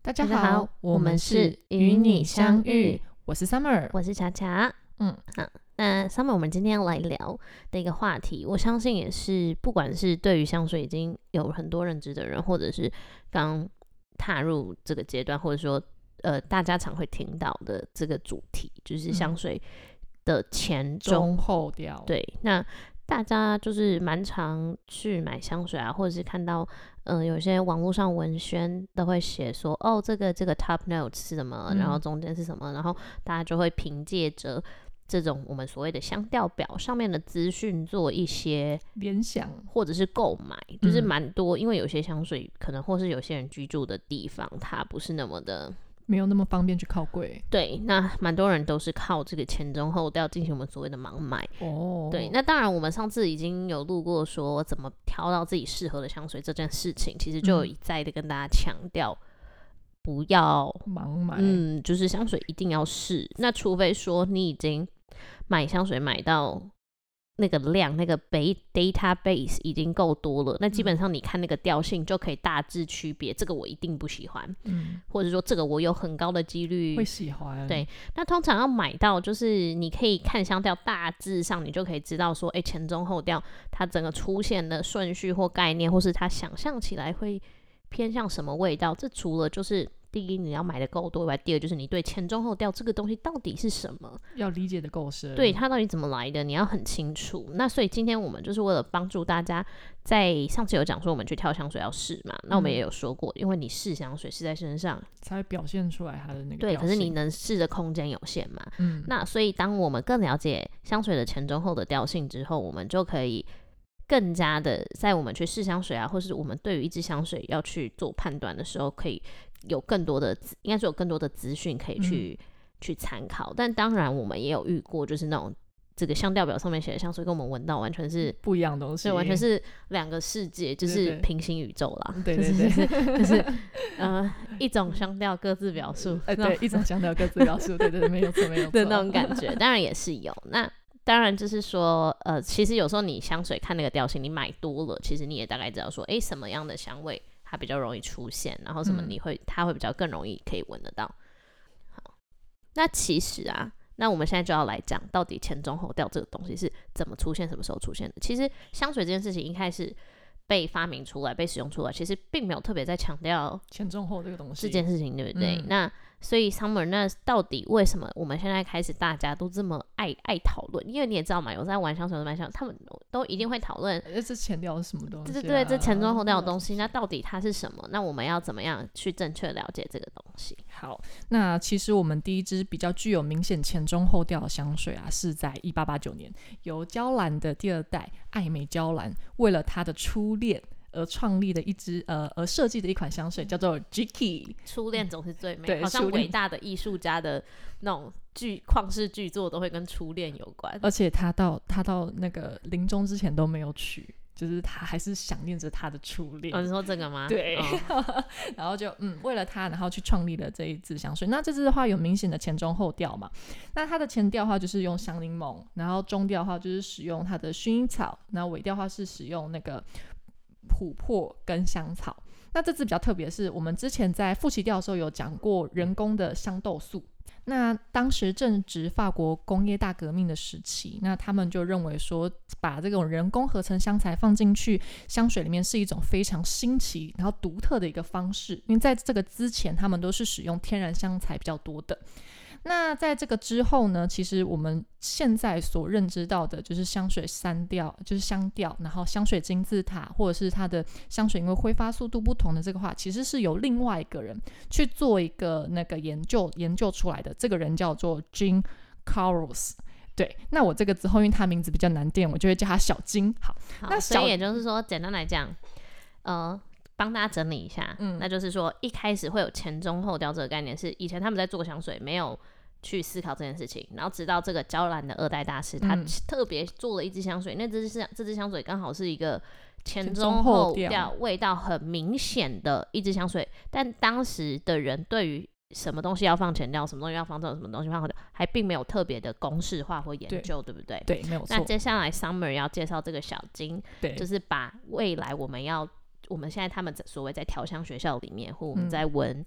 大家好，我们是与你相遇，我是 Summer， 我是恰恰。那 Summer， 我们今天要来聊的一个话题，我相信也是不管是对于香水已经有很多认知的人，或者是刚踏入这个阶段，或者说大家常会听到的这个主题，就是香水的前中后调。 对，那大家就是蛮常去买香水啊，或者是看到有些网络上文宣都会写说，哦，这个 top notes 是什么，然后中间是什么，然后大家就会凭借着这种我们所谓的香调表上面的资讯做一些联想， 或者是购买，就是蛮多，因为有些香水可能或是有些人居住的地方，它不是那么的。 没有那么方便去靠柜， 对，那蛮多人都是靠这个前中后调进行我们所谓的盲买。对，那当然我们上次已经有录过说怎么挑到自己适合的香水这件事情，其实就有一再的跟大家强调，不要盲买， 就是香水一定要试，那除非说你已经买香水买到那个量，那个 database 已经够多了，那基本上你看那个调性就可以大致区别，这个我一定不喜欢，或者说这个我有很高的几率会喜欢。 对，那通常要买到就是你可以看香调，大致上你就可以知道说，前中后调它整个出现的顺序或概念，或是它想象起来会偏向什么味道。这除了就是第一你要买的够多以外，第二就是你对前中后调这个东西到底是什么要理解的够深， 对它到底怎么来的你要很清楚。那所以今天我们就是为了帮助大家，在上次有讲说我们去挑香水要试嘛，那我们也有说过，因为你试香水试在身上才会表现出来它的那个对，可是你能试的空间有限嘛，那所以当我们更了解香水的前中后的调性之后，我们就可以更加的在我们去试香水啊，或是我们对于一支香水要去做判断的时候，可以有更多的应该是有更多的资讯可以去参考。但当然我们也有遇过就是那种这个香调表上面写的香水跟我们闻到完全是不一样的东西， 对，完全是两个世界，就是平行宇宙啦。 对对对， 就是一种香调各自表述， 对，一种香调各自表述，对对，没有错没有错的那种感觉，当然也是有。那当然就是说其实有时候你香水看那个调性你买多了，其实你也大概知道说什么样的香味它比较容易出现，然后什么它会比较更容易可以闻得到。好，那其实啊，那我们现在就要来讲到底前中后调这个东西是怎么出现，什么时候出现的。其实香水这件事情一开始被发明出来被使用出来，其实并没有特别在强调前中后这个东西这件事情，对不对？那所以 Summer， 那到底为什么我们现在开始大家都这么爱讨论？因为你也知道嘛，有在玩香水的玩香，他们都一定会讨论这前调是什么东西对，这前中后调的东西，那到底它是什么？那我们要怎么样去正确了解这个东西？ 好，那其实我们第一支比较具有明显前中后调的香水啊，是在1889年由娇兰的第二代艾美娇兰为了她的初恋而创立的一支而设计的一款香水，叫做 Jiki。 初恋总是最美， 对， 好像伟大的艺术家的那种旷世巨作都会跟初恋有关， 而且他到那个临终之前都没有娶，就是他还是想念着他的初恋。 你说这个吗？ 对，然后就为了他，然后去创立了这一支香水。那这支的话有明显的前中后调嘛，那它的前调的话就是用香柠檬，然后中调的话就是使用它的薰衣草，然后尾调的话是使用那个琥珀跟香草。那这支比较特别的是，我们之前在复习调的时候有讲过人工的香豆素。那当时正值法国工业大革命的时期，那他们就认为说把这种人工合成香材放进去香水里面是一种非常新奇然后独特的一个方式，因为在这个之前他们都是使用天然香材比较多的。那在这个之后呢，其实我们现在所认知到的就是香水三调，就是香调，然后香水金字塔，或者是它的香水因为挥发速度不同的这个话，其实是由另外一个人去做一个那个研究出来的。这个人叫做 Jean Carroll。 对，那我这个之后因为他名字比较难念，我就会叫他小金。好，那所以也就是说简单来讲帮大家整理一下，那就是说一开始会有前中后调这个概念，是以前他们在做香水没有去思考这件事情，然后直到这个娇兰的二代大师，他特别做了一支香水，那这支香水刚好是一个前中后调味道很明显的一支香水，但当时的人对于什么东西要放前调，什么东西要放这种，什么东西放后调，还并没有特别的公式化或研究， 对不对？ 对，没有错。 那接下来 Summer 要介绍这个小金，就是把未来我们现在他们所谓在调香学校里面，或我们在闻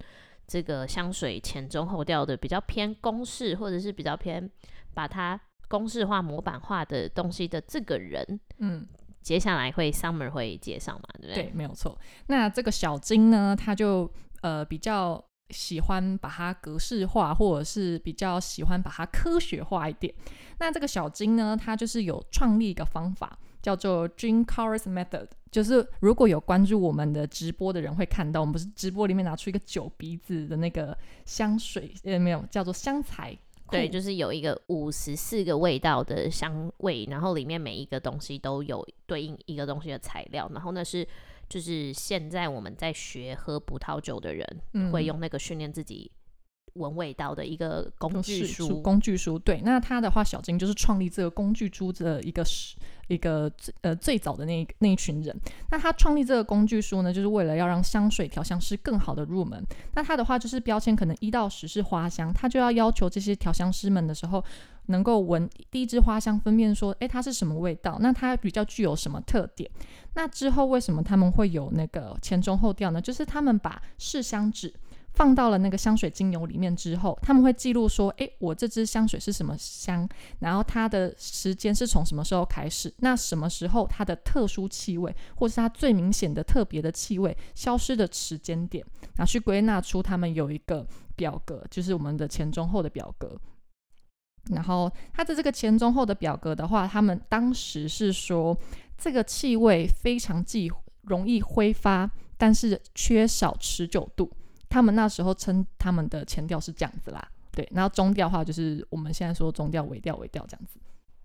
这个香水前中后调的比较偏公式，或者是比较偏把它公式化模板化的东西的这个人，接下来会 Summer 会介绍嘛，对不对？ 对，没有错。那这个小金呢，他就比较喜欢把它格式化，或者是比较喜欢把它科学化一点。那这个小金呢，他就是有创立一个方法叫做 Jean Carroll's Method， 就是如果有关注我们的直播的人会看到，我们不是直播里面拿出一个酒鼻子的那个香水，没有，叫做香材。 对，就是有一个54个味道的香味，然后里面每一个东西都有对应一个东西的材料，然后那是就是现在我们在学喝葡萄酒的人会用那个训练自己闻味道的一个工具书。 对，那他的话，小金就是创立这个工具书的一个最早的那一群人。那他创立这个工具书呢，就是为了要让香水调香师更好的入门。那他的话就是标签可能1到10是花香，他就要求这些调香师们的时候能够闻第一支花香，分辨说它是什么味道，那它比较具有什么特点。那之后为什么他们会有那个前中后调呢？就是他们把试香纸放到了那个香水精油里面之后，他们会记录说我这支香水是什么香，然后它的时间是从什么时候开始，那什么时候它的特殊气味或是它最明显的特别的气味消失的时间点，然后去归纳出他们有一个表格，就是我们的前中后的表格。然后它的这个前中后的表格的话，他们当时是说这个气味非常容易挥发，但是缺少持久度，他们那时候称他们的前调是这样子啦。对，然后中调的话就是我们现在说中调尾调这样子。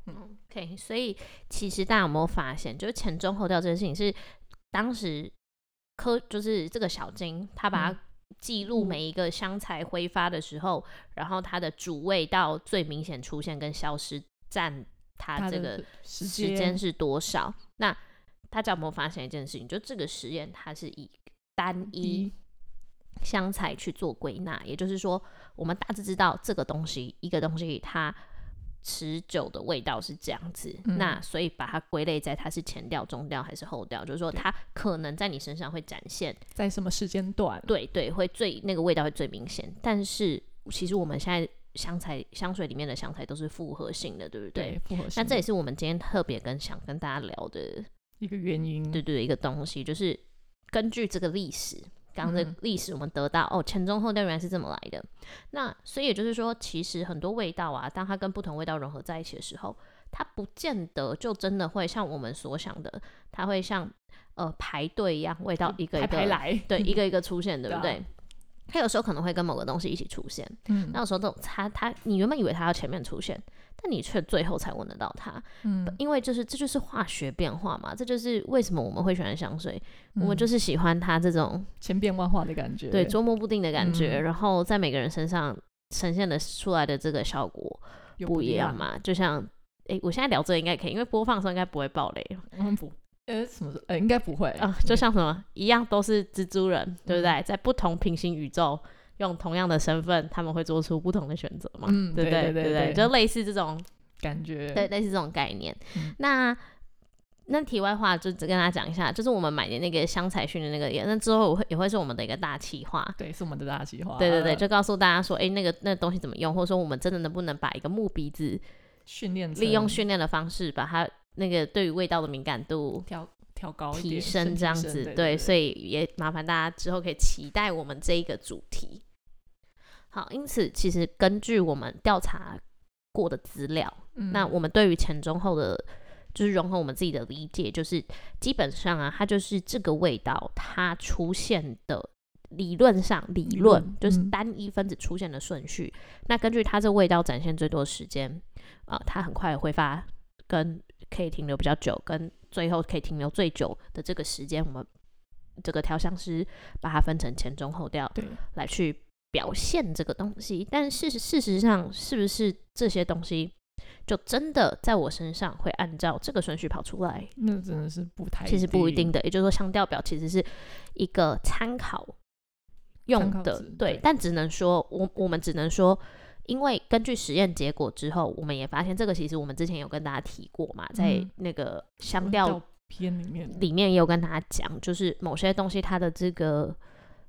OK， 所以其实大家有没有发现，就是前中后调这件事情是当时就是这个小金他把它记录每一个香材挥发的时候，然后它的主味道最明显出现跟消失占它这个时间是多少。那大家有没有发现一件事情，就这个实验它是以单一香材去做归纳，也就是说我们大致知道这个东西一个东西它持久的味道是这样子，那所以把它归类在它是前调中调还是后调，就是说它可能在你身上会展现在什么时间段， 对，会那个味道会最明显。但是其实我们现在香水里面的香材都是复合性的，对不对？ 对，复合性的。 那这也是我们今天特别想跟大家聊的一个原因， 对，一个东西，就是根据这个历史，刚刚的历史我们得到前中后调原来是这么来的。那所以也就是说，其实很多味道啊，当它跟不同味道融合在一起的时候，它不见得就真的会像我们所想的，它会像排队一样，味道一个一个排来， 对，一个一个出现，对不对？它有时候可能会跟某个东西一起出现，那有时候这种你原本以为它要前面出现，但你却最后才闻得到它，因为这就是化学变化嘛，这就是为什么我们会喜欢香水，我们就是喜欢它这种千变万化的感觉， 对，捉摸不定的感觉，然后在每个人身上呈现的出来的这个效果不一样嘛，就像我现在聊这个应该可以，因为播放的时候应该不会爆雷， 什么应该不会就像什么一样都是蜘蛛人，对不对？在不同平行宇宙用同样的身份，他们会做出不同的选择嘛，对不对？对，就类似这种感觉， 对，类似这种概念。那题外话就只跟大家讲一下，就是我们买的那个香材训的那个那之后也会是我们的一个大企划， 对，是我们的大企划， 对，就告诉大家说那东西怎么用，或者说我们真的能不能把一个木鼻子利用训练的方式把它那个对于味道的敏感度调高一点， 提升这样子，对，所以也麻烦大家之后可以期待我们这一个主题。好，因此其实根据我们调查过的资料，那我们对于前中后的就是融合我们自己的理解，就是基本上啊，它就是这个味道它出现的理论就是单一分子出现的顺序，那根据它这味道展现最多的时间它很快挥发跟可以停留比较久，跟最后可以停留最久的这个时间，我们这个调香师把它分成前中后调来去表现这个东西。但事实上是不是这些东西就真的在我身上会按照这个顺序跑出来？ 那真的是其实不一定的，也就是说香调表其实是一个参考用的，对，但只能说我们只能说，因为根据实验结果之后，我们也发现这个其实我们之前有跟大家提过嘛，在那个香调片里面也有跟大家讲，就是某些东西它的这个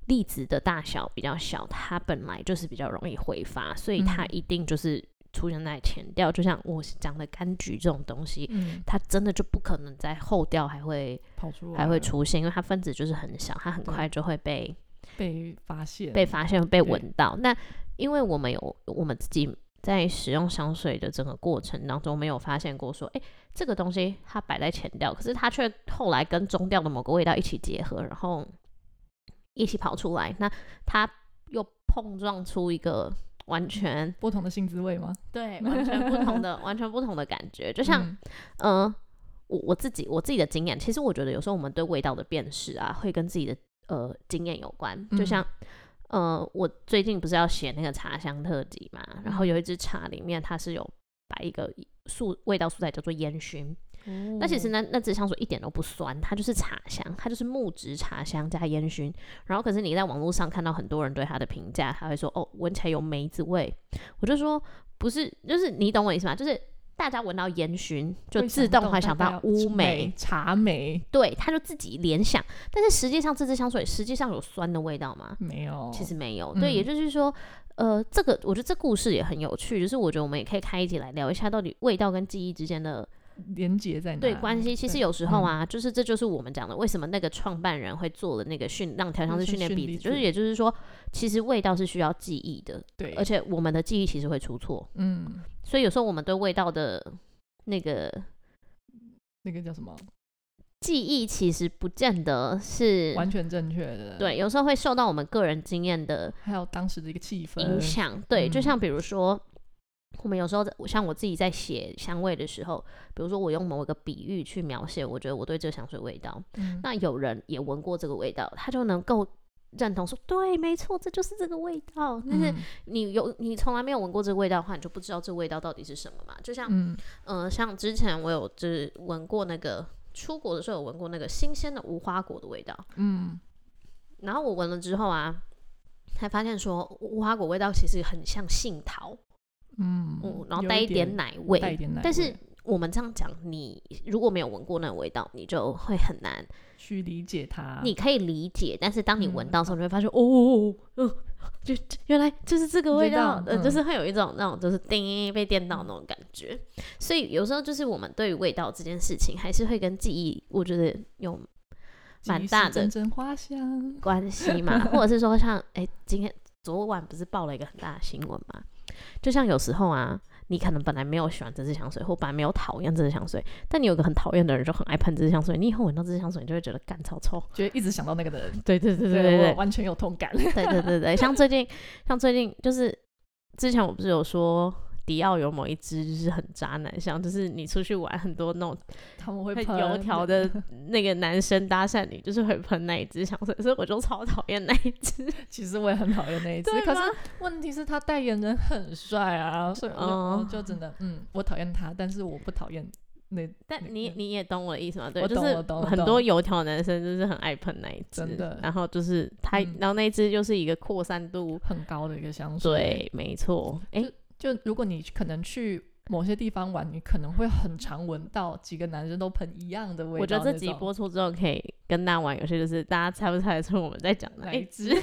粒子的大小比较小，它本来就是比较容易挥发，所以它一定就是出现在前调。就像我讲的柑橘这种东西，它真的就不可能在后调还会出现，因为它分子就是很小，它很快就会被发现被闻到。那因为我们自己在使用香水的整个过程当中没有发现过说这个东西它摆在前调，可是它却后来跟中调的某个味道一起结合，然后一起跑出来，那它又碰撞出一个完全不同的性滋味吗？ 对，完全不同的感觉。就像我自己的经验，其实我觉得有时候我们对味道的辨识啊会跟自己的经验有关。就像我最近不是要写那个茶香特辑嘛，然后有一支茶里面它是有摆一个味道素材叫做烟熏。那其实那支香水一点都不酸，它就是茶香，它就是木质茶香加烟熏。然后可是你在网络上看到很多人对它的评价，他会说闻起来有梅子味。我就说不是，就是你懂我意思吗？就是大家闻到烟熏就自动会想到乌梅、 茶梅， 对，他就自己联想。但是实际上这支香水实际上有酸的味道吗？ 没有， 其实没有。对，也就是说这个我觉得这故事也很有趣，就是我觉得我们也可以开一集来聊一下到底味道跟记忆之间的连结在哪里？ 对，关系。其实有时候啊，就是这就是我们讲的为什么那个创办人会做了那个让调香师训练鼻子，就是也就是说其实味道是需要记忆的。对，而且我们的记忆其实会出错。所以有时候我们对味道的那个叫什么记忆其实不见得是完全正确的。 对，有时候会受到我们个人经验的还有当时的一个气氛影响。对，就像比如说我们有时候像我自己在写香味的时候，比如说我用某一个比喻去描写我觉得我对这个香水味道，那有人也闻过这个味道，他就能够认同说对，没错，这就是这个味道。但是你从来没有闻过这个味道的话，你就不知道这个味道到底是什么嘛。就像像之前我有就是闻过那个出国的时候有闻过那个新鲜的无花果的味道，然后我闻了之后啊，才发现说无花果味道其实很像杏桃，然后带一点奶味，但是我们这样讲，你如果没有闻过那个味道，你就会很难去理解它。 你可以理解，但是当你闻到的时候，你会发现就原来就是这个味道，就是会有一种那种就是叮被电到那种感觉。所以有时候就是我们对于味道这件事情，还是会跟记忆，我觉得有蛮大的花香关系嘛。或者是说像昨晚不是爆了一个很大的新闻嘛？就像有时候啊，你可能本来没有喜欢这支香水，或本来没有讨厌这支香水，但你有个很讨厌的人就很爱喷这支香水，你以后闻到这支香水，你就会觉得干超臭， 就会一直想到那个人。 对， 我完全有同感。 对，像最近就是之前我不是有说迪奥有某一支就是很渣男香，就是你出去玩很多那种他们会喷油条的那个男生搭讪你，就是会喷那一支香水，所以我就超讨厌那一支。 其实我也很讨厌那一支，可是问题是他代言人很帅啊，所以我就真的我讨厌他，但是我不讨厌但你也懂我的意思吗？对， 就是很多油条男生就是很爱喷那一支， 真的。 然后就是他，然后那一支就是一个扩散度很高的一个香水。 对，没错。 就如果你可能去某些地方玩，你可能会很常闻到几个男生都喷一样的味道。 我觉得这集播出之后可以跟大家玩游戏，就是大家猜不猜得出我们在讲哪一支？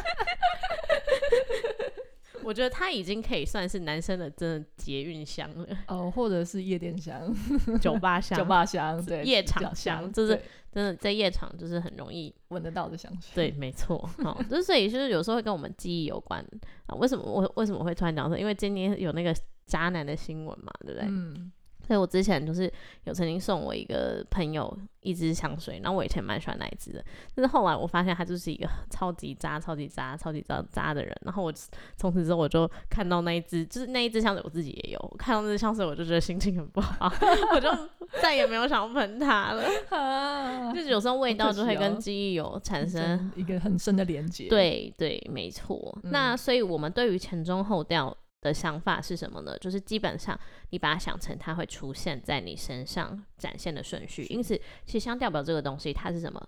我觉得它已经可以算是男生的真的捷运香了， 或者是夜店香、 酒吧香， 对， 夜场香，就是真的在夜场就是很容易闻得到的香水。 对，没错。就是所以就是有时候会跟我们记忆有关啊。为什么会突然讲说？因为今天有那个渣男的新闻嘛，对不对？所以我之前就是有曾经送我一个朋友一支香水，然后我以前蛮喜欢那一支的，但是后来我发现他就是一个超级渣的人，然后我从此之后我就看到那一支香水我自己也有，看到那支香水我就觉得心情很不好，我就再也没有想要喷它了。就是有时候味道就会跟记忆有产生一个很深的连结。 对，没错。那所以我们对于前中后调的想法是什么呢？就是基本上你把它想成它会出现在你身上展现的顺序，因此其实香调表这个东西它是什么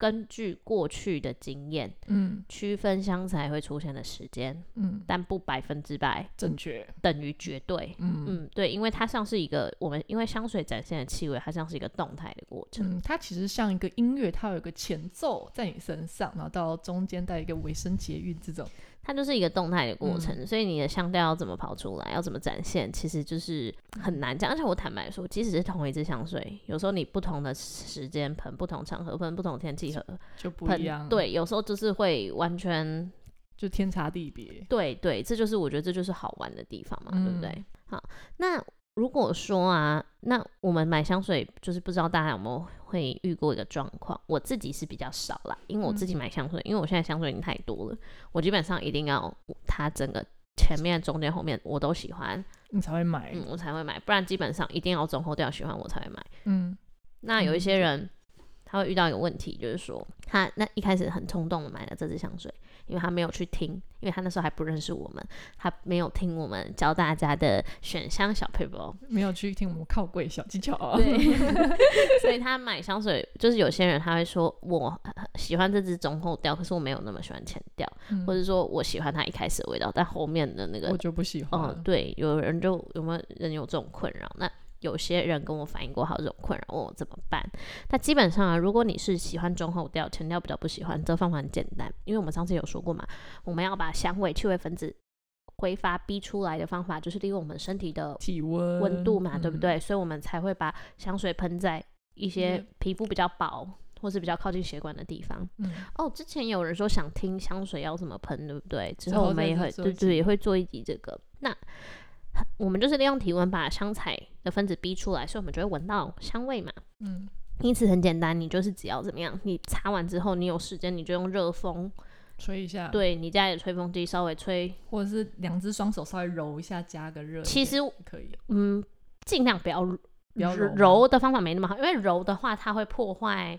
根据过去的经验，区分香材会出现的时间，但不100% 正确等于绝对，对，因为它像是一个因为香水展现的气味，它像是一个动态的过程， 它其实像一个音乐，它有一个前奏在你身上，然后到中间带一个尾声结韵，这种它就是一个动态的过程，所以你的香调要怎么跑出来，要怎么展现，其实就是很难讲。而且我坦白说，即使是同一支香水，有时候你不同的时间喷、不同场合喷、不同天气和就不一样。 对，有时候就是会完全就天差地别。 对对，这就是我觉得这就是好玩的地方嘛，对不对？好，那如果说啊，那我们买香水，就是不知道大家有没有会遇过一个状况，我自己是比较少啦，因为我自己买香水，因为我现在香水已经太多了，我基本上一定要它整个前面、中间、后面我都喜欢， 你才会买， 我才会买，不然基本上一定要中后调喜欢我才会买。那有一些人他会遇到一个问题，就是说他那一开始很冲动的买了这支香水，因为他没有去听，因为他那时候还不认识我们，他没有听我们教大家的选香小撇步， 没有去听我们靠柜小技巧啊。 对，所以他买香水，就是有些人他会说我喜欢这支中后调，可是我没有那么喜欢前调，或者说我喜欢它一开始的味道，但后面的那个我就不喜欢。 对，有没有人有这种困扰？那有些人跟我反映过好这种困扰，问我怎么办。那基本上如果你是喜欢中后调，前调比较不喜欢，这个方法很简单，因为我们上次有说过嘛，我们要把香味气味分子挥发逼出来的方法，就是利用我们身体的体温度嘛，对不对？所以我们才会把香水喷在一些皮肤比较薄或是比较靠近血管的地方。之前有人说想听香水要怎么喷，对不对？之后我们也会对也会做一集这个。那我们就是利用体温把香材的分子逼出来，所以我们就会闻到香味嘛。因此很简单，你就是只要怎么样，你擦完之后，你有时间你就用热风吹一下， 对，你家里的吹风机稍微吹， 或者是2只双手稍微揉一下，加个热， 其实可以。 尽量不要揉的方法没那么好，因为揉的话它会破坏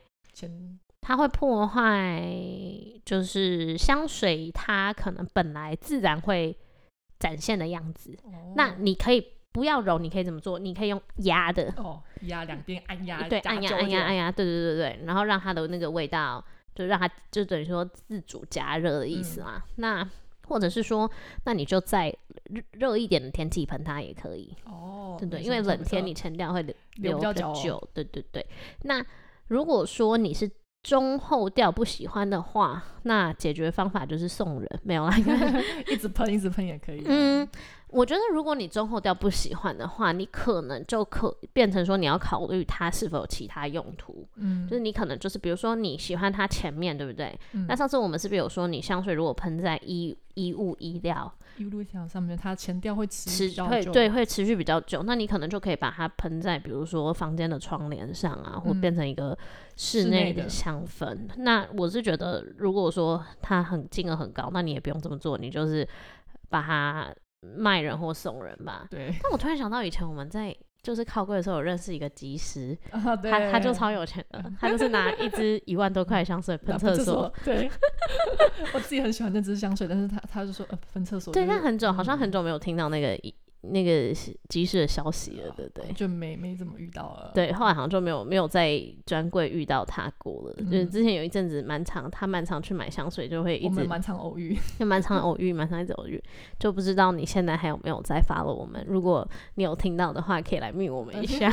就是香水它可能本来自然会展现的样子。那你可以不要揉，你可以怎么做？你可以用压的， 压2边按压， 对，按压，对，然后让它的那个味道，就让它就等于说自主加热的意思嘛。那或者是说，那你就在热一点的天气喷它也可以。对对，因为冷天你前调会留比较久。对对对。那如果说你是中后调不喜欢的话，那解决方法就是送人，没有啦， 一直喷也可以。 我觉得如果你中后调不喜欢的话，你可能就变成说你要考虑它是否有其他用途。就是你可能就是比如说你喜欢它前面，对不对？那上次我们是不是有说你香水如果喷在衣物衣料上面，它前调会持续比较久， 对，会持续比较久。那你可能就可以把它喷在比如说房间的窗帘上啊，或变成一个室内的香氛。那我是觉得如果说它金额很高，那你也不用这么做，你就是把它卖人或送人吧。 对。 但我突然想到以前我们在就是靠柜的时候有认识一个技师，他就超有钱的，他就是拿一支1万多块的香水喷厕所。 对。我自己很喜欢那支香水，但是他就说喷厕所。 对，但好像很久没有听到那个机师的消息了，对不对？ 就没怎么遇到了。 对，后来好像就没有在专柜遇到他过了。就是之前有一阵子他蛮常去买香水，就会一直我们蛮常偶遇， 蛮常一直偶遇，就不知道你现在还有没有在 follow 我们？如果你有听到的话，可以来密我们一下。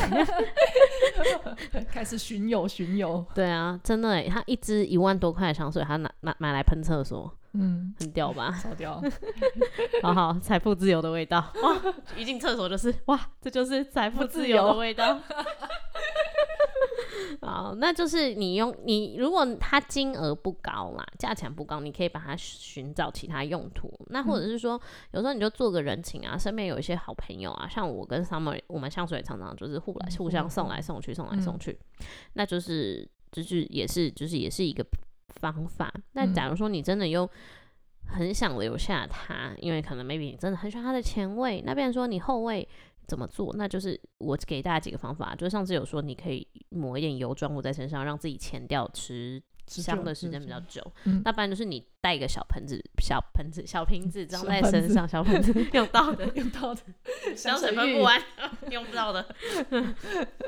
开始巡游。 对啊，真的耶，他一支1万多块的香水，他买来喷厕所。很屌吧？超屌。 好，财富自由的味道。哇，一进厕所就是哇，这就是财富自由的味道。好，那就是你如果它金额不高啦，价钱不高，你可以把它寻找其他用途。那或者是说，有时候你就做个人情啊，身边有一些好朋友啊，像我跟 Summer， 我们香水常常就是互相送来送去，那就是也是一个方法。但假如说你真的又很想留下它，因为可能 maybe 你真的很喜欢它的前味，那变成说你后味怎么做？那就是我给大家几个方法，就是上次有说你可以抹一点油妆雾在身上，让自己前调持香的时间比较久。那不然就是你带一个小瓶子装在身上，小盆子用到的香水喷不完用不到的。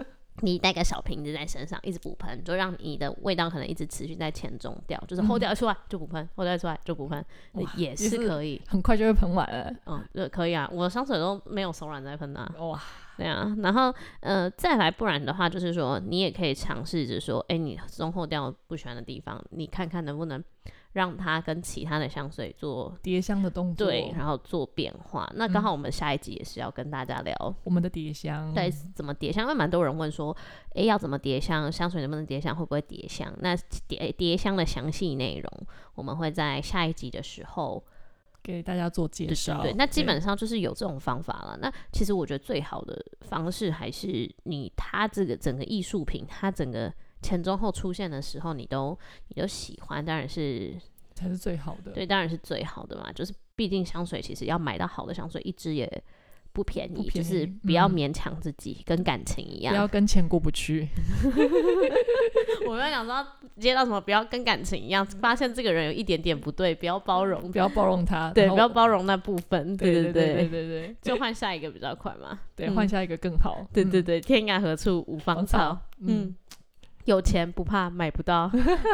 你带个小瓶子在身上一直补喷，就让你的味道可能一直持续在前中调，就是后调出来就补喷，后调出来就补喷，也是可以， 很快就会喷完了。 对，可以啊，我的香水都没有手软在喷啊。 哇， 对啊，然后再来，不然的话就是说，你也可以尝试着说，你中后调不喜欢的地方，你看看能不能让它跟其他的香水做叠香的动作， 对，然后做变化。那刚好我们下一集也是要跟大家聊我们的叠香， 对，怎么叠香？因为蛮多人问说，要怎么叠香？香水能不能叠香？会不会叠香？那叠香的详细内容，我们会在下一集的时候给大家做介绍。 对，那基本上就是有这种方法了。那其实我觉得最好的方式还是它这个整个艺术品，它整个前中后出现的时候，你都喜欢，当然是才是最好的。 对，当然是最好的嘛。就是毕竟香水其实要买到好的香水，一支也不便宜，就是不要勉强自己，跟感情一样， 不要跟钱过不去。 我刚想说接到什么，不要跟感情一样，发现这个人有一点点不对，不要包容， 不要包容他， 对，不要包容那部分， 对， 就换下一个比较快嘛， 对，换下一个更好， 对，天涯何处无芳草，有钱不怕买不到，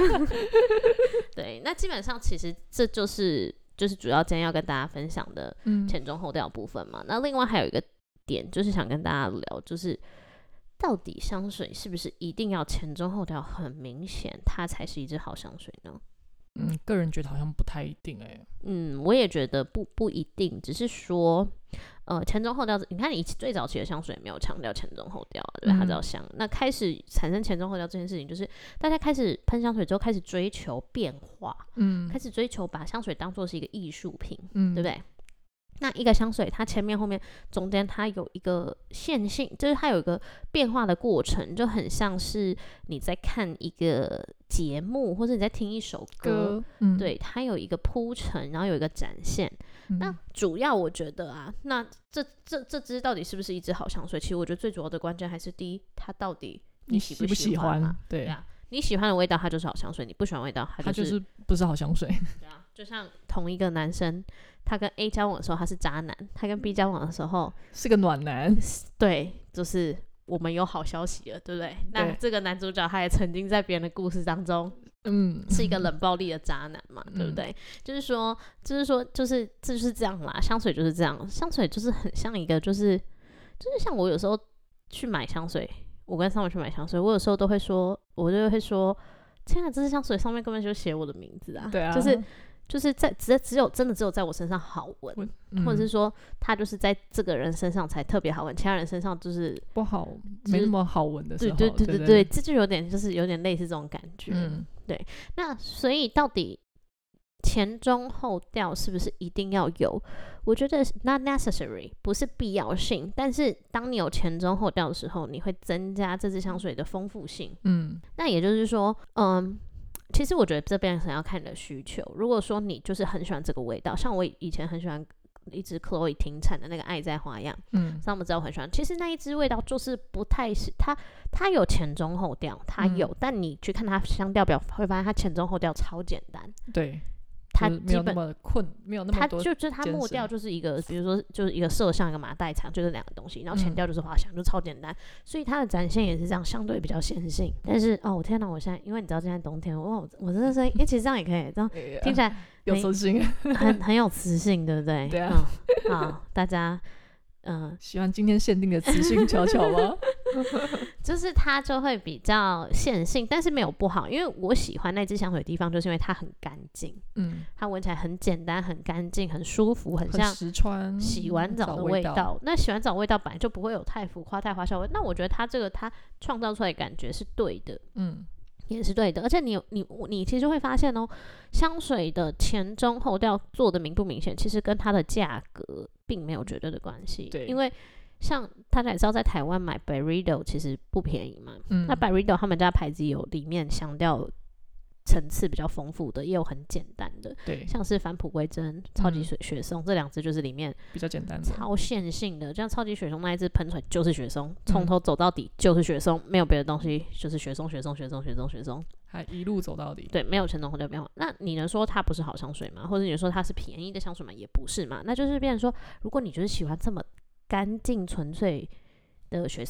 对，那基本上其实这就是主要今天要跟大家分享的前中后调部分嘛。那另外还有一个点就是想跟大家聊，就是到底香水是不是一定要前中后调很明显，它才是一支好香水呢？ 个人觉得好像不太一定我也觉得不一定，只是说前中后调，你看你最早期的香水也没有强调前中后调啊，对吧？它只要香。那开始产生前中后调这件事情，就是大家开始喷香水之后，开始追求变化，开始追求把香水当作是一个艺术品，对不对？那一个香水，它前面、后面、中间，它有一个线性，就是它有一个变化的过程，就很像是你在看一个节目，或者你在听一首歌，对，它有一个铺陈，然后有一个展现。那主要我觉得啊，那这支到底是不是一支好香水？其实我觉得最主要的关键还是第一，它到底你喜不喜欢嘛？ 对啊，你喜欢的味道，它就是好香水；你不喜欢的味道，它就是不是好香水。 对啊，就像同一个男生，他跟 A 交往的时候他是渣男，他跟 B 交往的时候是个暖男。 对，就是我们有好消息了，对不对？那这个男主角他也曾经在别人的故事当中，是一个冷暴力的渣男嘛，对不对？就是说，这就是这样啦。香水就是这样，香水就是很像一个，就是像我有时候去买香水，我跟Summer去买香水，我有时候都会说，我就会说，天啊，这支香水上面根本就写我的名字啊， 对啊， 就是只有在我身上好闻，或者是说它就是在这个人身上才特别好闻，其他人身上就是不好，没那么好闻的时候。 对，这就有点类似这种感觉。对。那所以到底前中后调是不是一定要有？我觉得 not necessary， 不是必要性。但是当你有前中后调的时候，你会增加这支香水的丰富性。那也就是说，其实我觉得这边很要看你的需求。如果说你就是很喜欢这个味道，像我以前很喜欢一支 Chloe 停产的那个爱在花样，像我们知道我很喜欢。其实那一支味道就是不太是它有前中后调，它有，但你去看它香调表，会发现它前中后调超简单。 对。 它没有那么没有那么多， 它末调就是一个，比如说就是一个麝香一个马黛茶，就是两个东西，然后前调就是花香，就超简单，所以它的展现也是这样，相对比较线性。但是我天哪，我现在因为你知道现在冬天，我真的声音，其实这样也可以，这样听起来有磁性， 很有磁性，对不对？ 对啊， 好，大家。 喜欢今天限定的磁性巧巧吗？ 就是它就会比较线性，但是没有不好，因为我喜欢那支香水的地方，就是因为它很干净，它闻起来很简单、很干净、很舒服，很像实穿洗完澡的味道。那洗完澡味道本来就不会有太浮夸、太花哨味，那我觉得它这个它创造出来的感觉是对的，也是对的，而且你其实会发现哦，香水的前中后调做的明不明显，其实跟它的价格并没有绝对的关系。对，因为像大家也知道，在台湾买 Byredo 其实不便宜嘛。那 Byredo 他们家牌子有里面香调层次比较丰富的，也有很简单的，对，像是返璞归真、超级雪松这两支就是里面比较简单的、 超线性的。像超级雪松那一支喷出来就是雪松，从头走到底就是雪松，没有别的东西，就是雪松， 还一路走到底。 对，没有前中后调变化。那你能说它不是好香水吗？或者你说它是便宜的香水吗？也不是嘛。那就是变成说，如果你就是喜欢这么干净纯粹的雪松，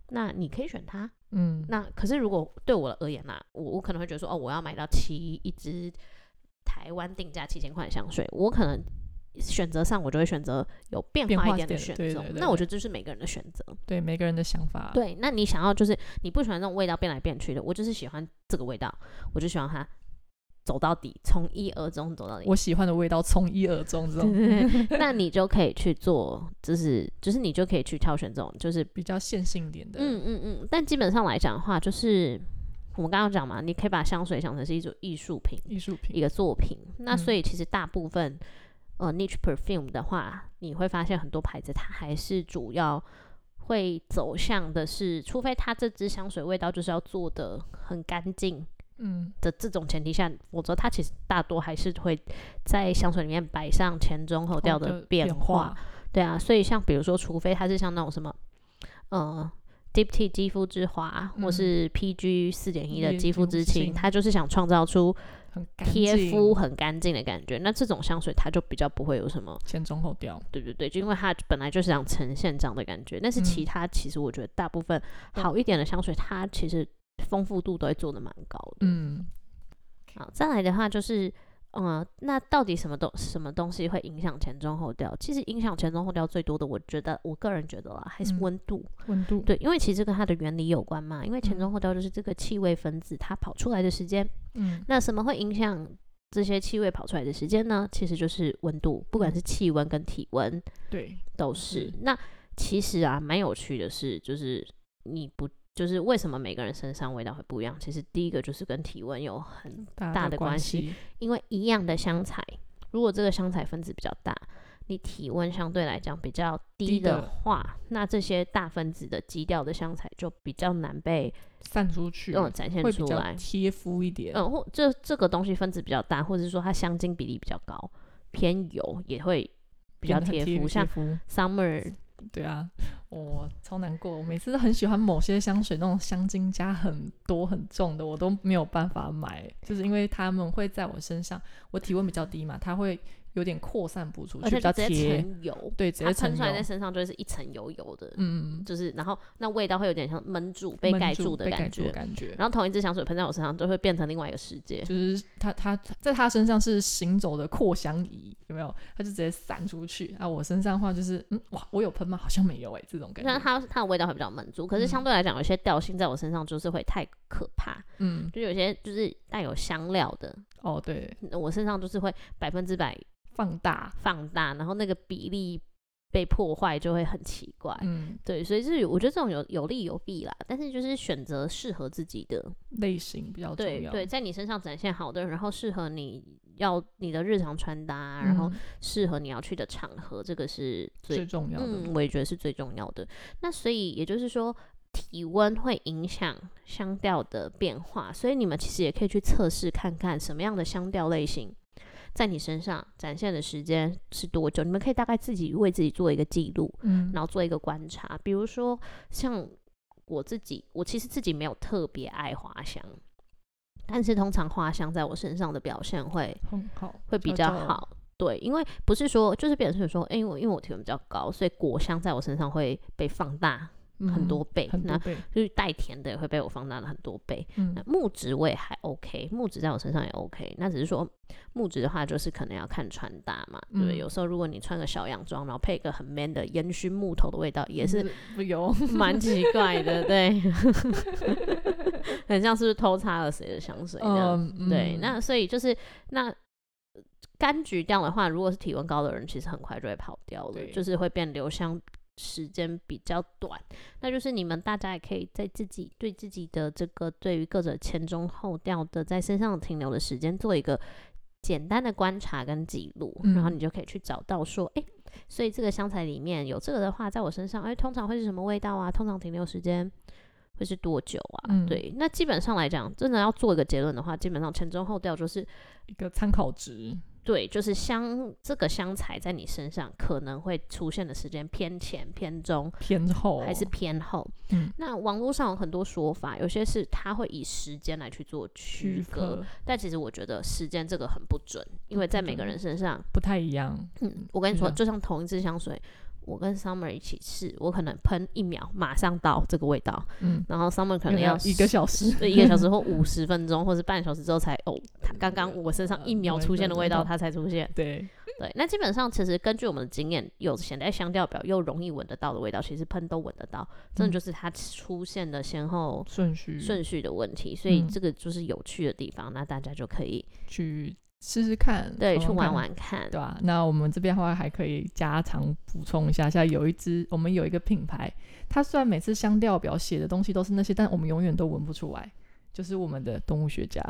那你可以选它。 那可是如果对我而言啦，我可能会觉得说，我要买到一支台湾定价7000块的香水，我可能选择上我就会选择有变化一点的选择。 对， 那我觉得这是每个人的选择， 对每个人的想法。 对，那你想要就是你不喜欢这种味道变来变去的，我就是喜欢这个味道，我就喜欢它走到底，从一而终走到底。 我喜欢的味道从一而终这种。 对，那你就可以去做，就是你就可以去挑选这种就是比较线性一点的。 但基本上来讲的话，就是我们刚刚讲嘛，你可以把香水想成是一种艺术品，一个作品。那所以其实大部分niche perfume 的话，你会发现很多牌子它还是主要会走向的是，除非它这支香水味道就是要做的很干净的这种前提下，否则它其实大多还是会在香水里面摆上前中后调的变化。对啊，所以像比如说，除非它是像那种什么Deep Tea 肌肤之华，或是 PG 4.1的肌肤之亲，它就是想创造出贴肤很干净的感觉。那这种香水它就比较不会有什么前中后调。 对，就因为它本来就是想呈现这样的感觉。但是其他其实我觉得大部分好一点的香水，它其实丰富度都会做得蛮高的。好，再来的话就是那到底什么东西会影响前中后调？其实影响前中后调最多的，我个人觉得啦，还是温度。对，因为其实跟它的原理有关嘛。因为前中后调就是这个气味分子它跑出来的时间。那什么会影响这些气味跑出来的时间呢？其实就是温度，不管是气温跟体温， 对， 都是。那其实啊，蛮有趣的是，就是为什么每个人身上味道会不一样？其实第一个就是跟体温有很大的关系，因为一样的香材，如果这个香材分子比较大，你体温相对来讲比较低的话，那这些大分子的基调的香材就比较难被散出去， 展现出来， 贴肤一点。 或这个东西分子比较大，或者说它香精比例比较高，偏油也会比较贴肤，像 Summer。 对啊，我超难过，我每次都很喜欢某些香水，那种香精加很多很重的，我都没有办法买，就是因为他们会在我身上，我体温比较低嘛，它会有点扩散不出去，比较贴， 直接成油， 对，直接它喷出来在身上就是一层油油的，就是然后那味道会有点像闷住、被盖住的感觉，然后同一支香水喷在我身上就会变成另外一个世界， 就是它在它身上是行走的扩香仪，有没有？它就直接散出去啊！我身上的话就是哇，我有喷吗？好像没有这种感觉。 那它的味道会比较闷住，可是相对来讲，有些调性在我身上就是会太可怕，就有些就是带有香料的， 对， 我身上就是会100% 放大， 然后那个比例被破坏就会很奇怪。对，所以是我觉得这种有利有弊啦，但是就是选择适合自己的类型比较重要。 对，在你身上展现好的，然后适合你的日常穿搭，然后适合你要去的场合，这个是最重要的。 我也觉得是最重要的。那所以也就是说，体温会影响香调的变化，所以你们其实也可以去测试看看什么样的香调类型在你身上展现的时间是多久，你们可以大概为自己做一个记录，然后做一个观察。比如说像我其实自己没有特别爱花香，但是通常花香在我身上的表现会比较好。对，因为不是说就是别人是说，因为我体温比较高，所以果香在我身上会被放大很多倍，那就是带甜的也会被我放大了很多倍。那木质我也还 OK， 木质在我身上也 OK， 那只是说木质的话就是可能要看穿搭嘛，对不对？有时候如果你穿个小洋装，然后配一个很 man 的烟熏木头的味道，也是蛮奇怪的，对，很像是不是偷擦了谁的香水这样。对，那所以就是那柑橘调的话，如果是体温高的人，其实很快就会跑掉了，就是会变留香时间比较短。那就是你们大家也可以在对自己的这个对于各种前中后调的在身上停留的时间做一个简单的观察跟记录，然后你就可以去找到说所以这个香材里面有这个的话，在我身上通常会是什么味道啊，通常停留时间会是多久啊？对，那基本上来讲，真的要做一个结论的话，基本上前中后调就是一个参考值。 对，就是这个香材在你身上可能会出现的时间偏前、偏中、 偏后还是偏后。那网络上有很多说法，有些是它会以时间来去做区隔，但其实我觉得时间这个很不准，因为在每个人身上不太一样。 我跟你说，就像同一支香水， 我跟 Summer 一起试，我可能喷1秒马上到这个味道，然后 Summer 可能要 1个小时， 对，1个小时或50分钟，或是半小时之后才他刚刚我身上1秒出现的味道，它才出现。 对， 那基本上其实根据我们的经验，有写在香调表又容易闻得到的味道，其实喷都闻得到，真的就是它出现的先后顺序的问题，所以这个就是有趣的地方，那大家就可以去试试看， 对，去玩玩看， 对吧？那我们这边的话还可以加强补充一下，像我们有一个品牌，它虽然每次香调表写的东西都是那些，但我们永远都闻不出来，就是我们的动物学家。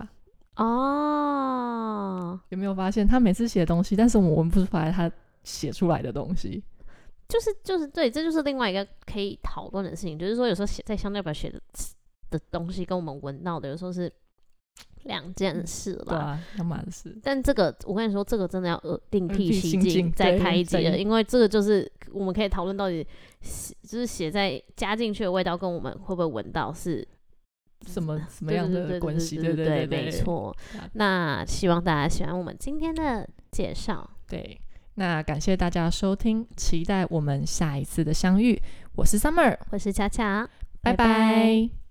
有没有发现他每次写的东西，但是我们闻不出来他写出来的东西？ 就是对，这就是另外一个可以讨论的事情，就是说有时候在香调表写的东西跟我们闻到的有时候是2件事啦， 对啊，两码事。 但这个我跟你说，这个真的要另辟蹊径再开一集了，因为这个就是我们可以讨论到底就是写在加进去的味道跟我们会不会闻到是什么样的关系？ 对，没错。那希望大家喜欢我们今天的介绍。 对，那感谢大家收听，期待我们下一次的相遇。我是 Summer， 我是恰恰， 拜拜。